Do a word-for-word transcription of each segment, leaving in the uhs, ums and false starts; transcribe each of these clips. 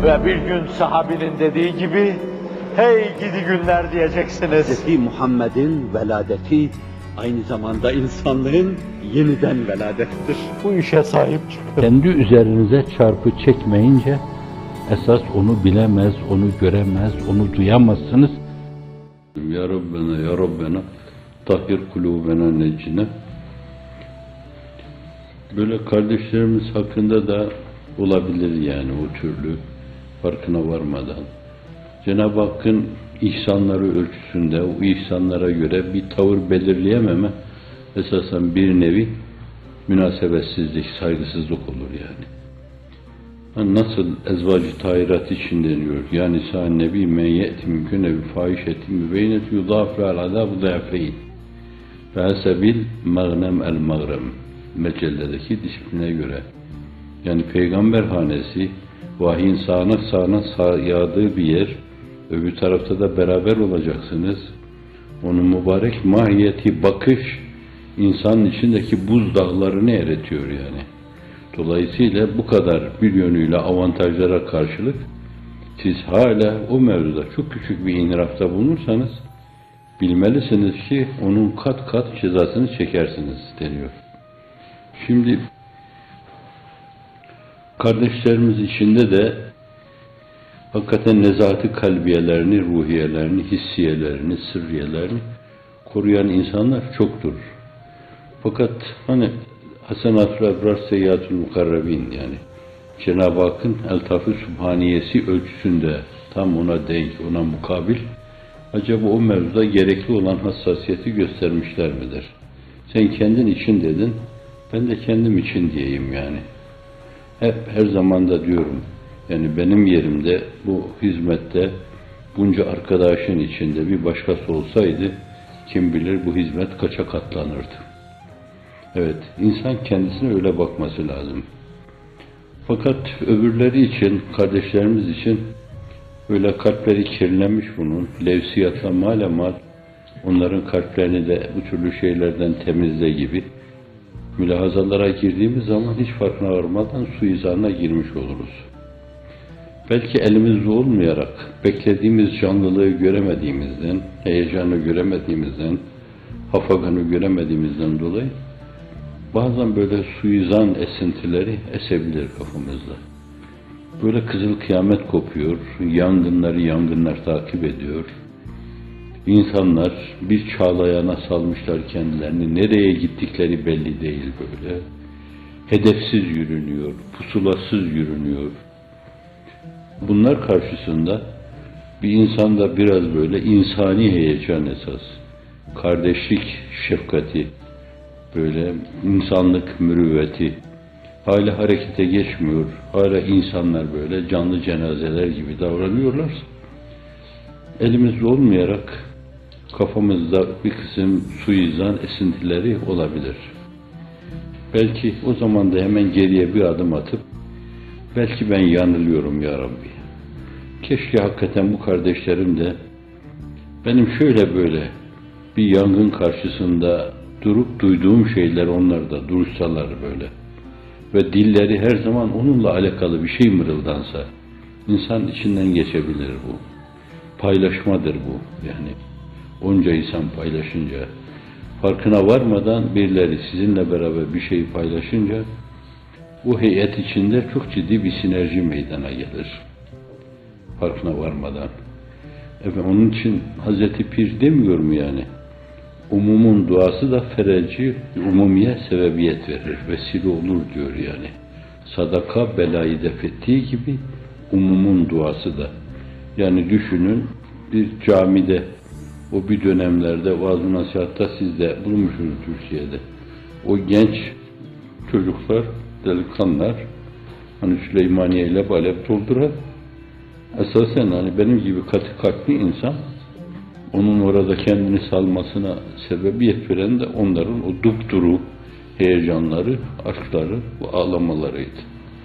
Ve bir gün sahabinin dediği gibi, hey gidi günler diyeceksiniz. Hazreti Muhammed'in veladeti aynı zamanda insanlığın yeniden veladettir. Bu işe sahip çıkın. Kendi üzerinize çarpı çekmeyince, esas onu bilemez, onu göremez, onu duyamazsınız. Ya Rabbena, Ya Rabbena, tahhir kulubena necine. Böyle kardeşlerimiz hakkında da olabilir yani o türlü, farkına varmadan. Cenab-ı Hakk'ın ihsanları ölçüsünde, o ihsanlara göre bir tavır belirleyememe, esasen bir nevi münasebetsizlik, saygısızlık olur yani. Nasıl ezvacı tahirat için deniyor, yani sâ nebi men ye'ti mümküne bi fâişetin mübeyneti yudâfâ al-azâbu zâfeyn ve hasebil mağnem el-mağrem mecelledeki disipline göre. Yani peygamber hanesi, vahyin sağanak sağanak sağ yağdığı bir yer, öbür tarafta da beraber olacaksınız. Onun mübarek mahiyeti, bakış, insanın içindeki buzdağlarını eritiyor yani. Dolayısıyla bu kadar bir yönüyle avantajlara karşılık, siz hala o mevzuda çok küçük bir inhirafta bulunursanız, bilmelisiniz ki onun kat kat cezasını çekersiniz deniyor. Şimdi kardeşlerimiz içinde de hakikaten nezahat-ı kalbiyelerini, ruhiyelerini, hissiyelerini, sırriyelerini koruyan insanlar çoktur. Fakat hani Hasenat-ül Ebrar, Seyyiatül Mukarrabin yani Cenab-ı Hakk'ın eltaf-ı sübhaniyesi ölçüsünde tam ona denk, ona mukabil acaba o mevzuda gerekli olan hassasiyeti göstermişler midir? Sen kendin için dedin, ben de kendim için diyeyim yani. Hep her zaman da diyorum, yani benim yerimde bu hizmette bunca arkadaşın içinde bir başkası olsaydı kim bilir bu hizmet kaça katlanırdı. Evet, insan kendisine öyle bakması lazım. Fakat öbürleri için, kardeşlerimiz için öyle kalpleri kirlenmiş bunun, levsiyatla malemal onların kalplerini de bu türlü şeylerden temizle gibi mülahazalara girdiğimiz zaman hiç farkına varmadan suizana girmiş oluruz. Belki elimizde olmayarak, beklediğimiz canlılığı göremediğimizden, heyecanı göremediğimizden, hafaganı göremediğimizden dolayı bazen böyle suizan esintileri esebilir kafamızda. Böyle kızıl kıyamet kopuyor, yangınları yangınlar takip ediyor. İnsanlar bir çağlayana salmışlar kendilerini, nereye gittikleri belli değil böyle. Hedefsiz yürünüyor, pusulasız yürünüyor. Bunlar karşısında bir insanda biraz böyle insani heyecan esas, kardeşlik şefkati, böyle insanlık mürüvveti hala harekete geçmiyor. Hala insanlar böyle canlı cenazeler gibi davranıyorlar. Elimizde olmayarak kafamızda bir kısım suizan esintileri olabilir. Belki o zaman da hemen geriye bir adım atıp belki ben yanılıyorum ya Rabbi. Keşke hakikaten bu kardeşlerim de benim şöyle böyle bir yangın karşısında durup duyduğum şeyler onlar da dursalar böyle ve dilleri her zaman onunla alakalı bir şey mırıldansa insan içinden geçebilir bu. Paylaşmadır bu yani. Onca insan paylaşınca, farkına varmadan birileri sizinle beraber bir şeyi paylaşınca o heyet içinde çok ciddi bir sinerji meydana gelir. Farkına varmadan. Efendim, onun için Hazreti Pir demiyor mu yani? Umumun duası da fereci, umumiye sebebiyet verir, vesile olur diyor yani. Sadaka belayı defettiği gibi umumun duası da. Yani düşünün bir camide, o bir dönemlerde vaaz-ı nasihatta siz de bulmuşsunuz Türkiye'de. O genç çocuklar, delikanlılar, hani Süleymaniye ile balep dolduran, esasen hani benim gibi katı kalpli insan, onun orada kendini salmasına sebebiyet veren de onların o dupduru heyecanları, aşkları, bu ağlamalarıydı.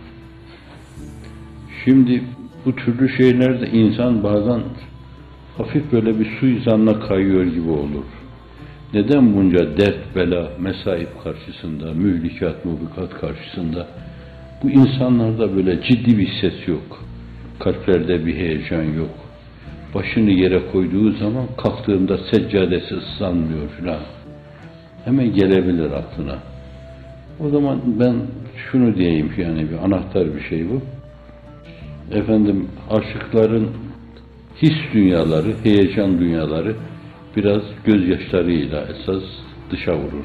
Şimdi bu türlü şeylerde insan bazen hafif böyle bir suizanla kayıyor gibi olur. Neden bunca dert, bela, mesaip karşısında, mühlikat, mubikat karşısında bu insanlarda böyle ciddi bir ses yok? kalplerde bir heyecan yok. Başını yere koyduğu zaman kalktığında seccadesi ıslanmıyor filan. Hemen gelebilir aklına. O zaman ben şunu diyeyim ki yani bir anahtar bir şey bu. Efendim aşıkların his dünyaları, heyecan dünyaları biraz gözyaşlarıyla esas dışa vurur.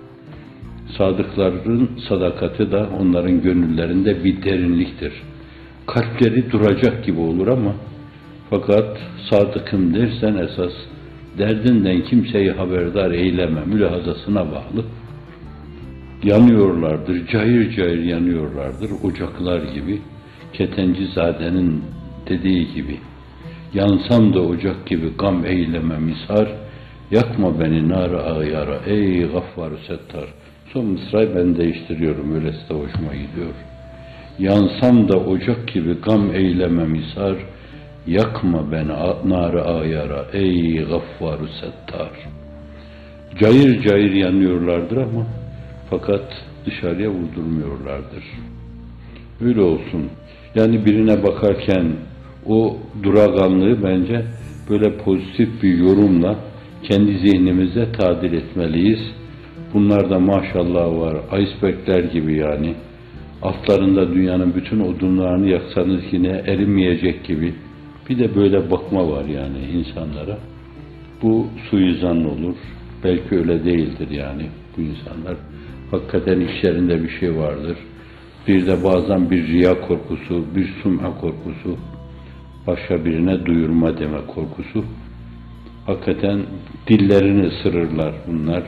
Sadıkların sadakati de onların gönüllerinde bir derinliktir. Kalpleri duracak gibi olur ama fakat sadıkım dersen esas derdinden kimseyi haberdar eyleme mülahazasına bağlı. Yanıyorlardır, cayır cayır yanıyorlardır ocaklar gibi. Ketencizade'nin dediği gibi. Yansam da ocak gibi gam eyleme misar, yakma beni nar-ı ağyara ey gaffar-ı settar. Son mısrayı ben değiştiriyorum, öylesi de hoşuma gidiyor. Yansam da ocak gibi gam eyleme misar, yakma beni nar-ı ağyara ey gaffar-ı settar. Cayır cayır yanıyorlardır ama fakat dışarıya vurdurmuyorlardır. Öyle olsun. Yani birine bakarken o duraganlığı bence böyle pozitif bir yorumla kendi zihnimize tadil etmeliyiz. Bunlarda maşallah var, icebergler gibi yani. Altlarında dünyanın bütün odunlarını yaksanız yine erimeyecek gibi. Bir de böyle bakma var yani insanlara. Bu suizan olur. Belki öyle değildir yani bu insanlar. Hakikaten işlerinde bir şey vardır. Bir de bazen bir riya korkusu, bir sum'a korkusu, başka birine duyurma deme korkusu. Hakikaten dillerini ısırırlar bunlar.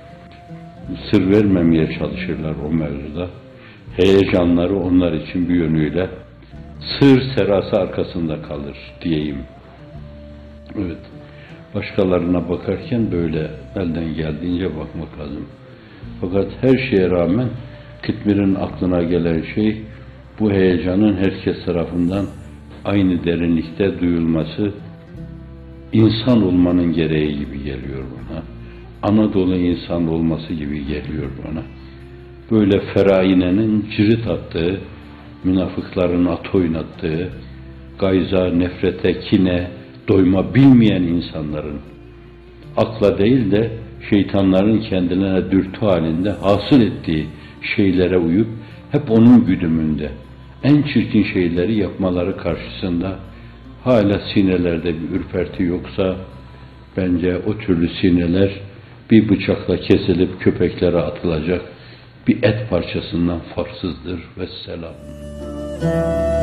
Sır vermemeye çalışırlar o mevzuda. Heyecanları onlar için bir yönüyle sır serası arkasında kalır diyeyim. Evet. Başkalarına bakarken böyle elden geldiğince bakmak lazım. Fakat her şeye rağmen Kıtmir'in aklına gelen şey bu heyecanın herkes tarafından aynı derinlikte duyulması, insan olmanın gereği gibi geliyor bana. Anadolu insan olması gibi geliyor bana. Böyle ferainenin cirit attığı, münafıkların at oynattığı, gayza, nefrete, kine, doyma bilmeyen insanların akla değil de şeytanların kendilerine dürtü halinde hasıl ettiği şeylere uyup hep onun güdümünde en çirkin şeyleri yapmaları karşısında hala sinelerde bir ürperti yoksa bence o türlü sineler bir bıçakla kesilip köpeklere atılacak bir et parçasından farksızdır. Vesselam.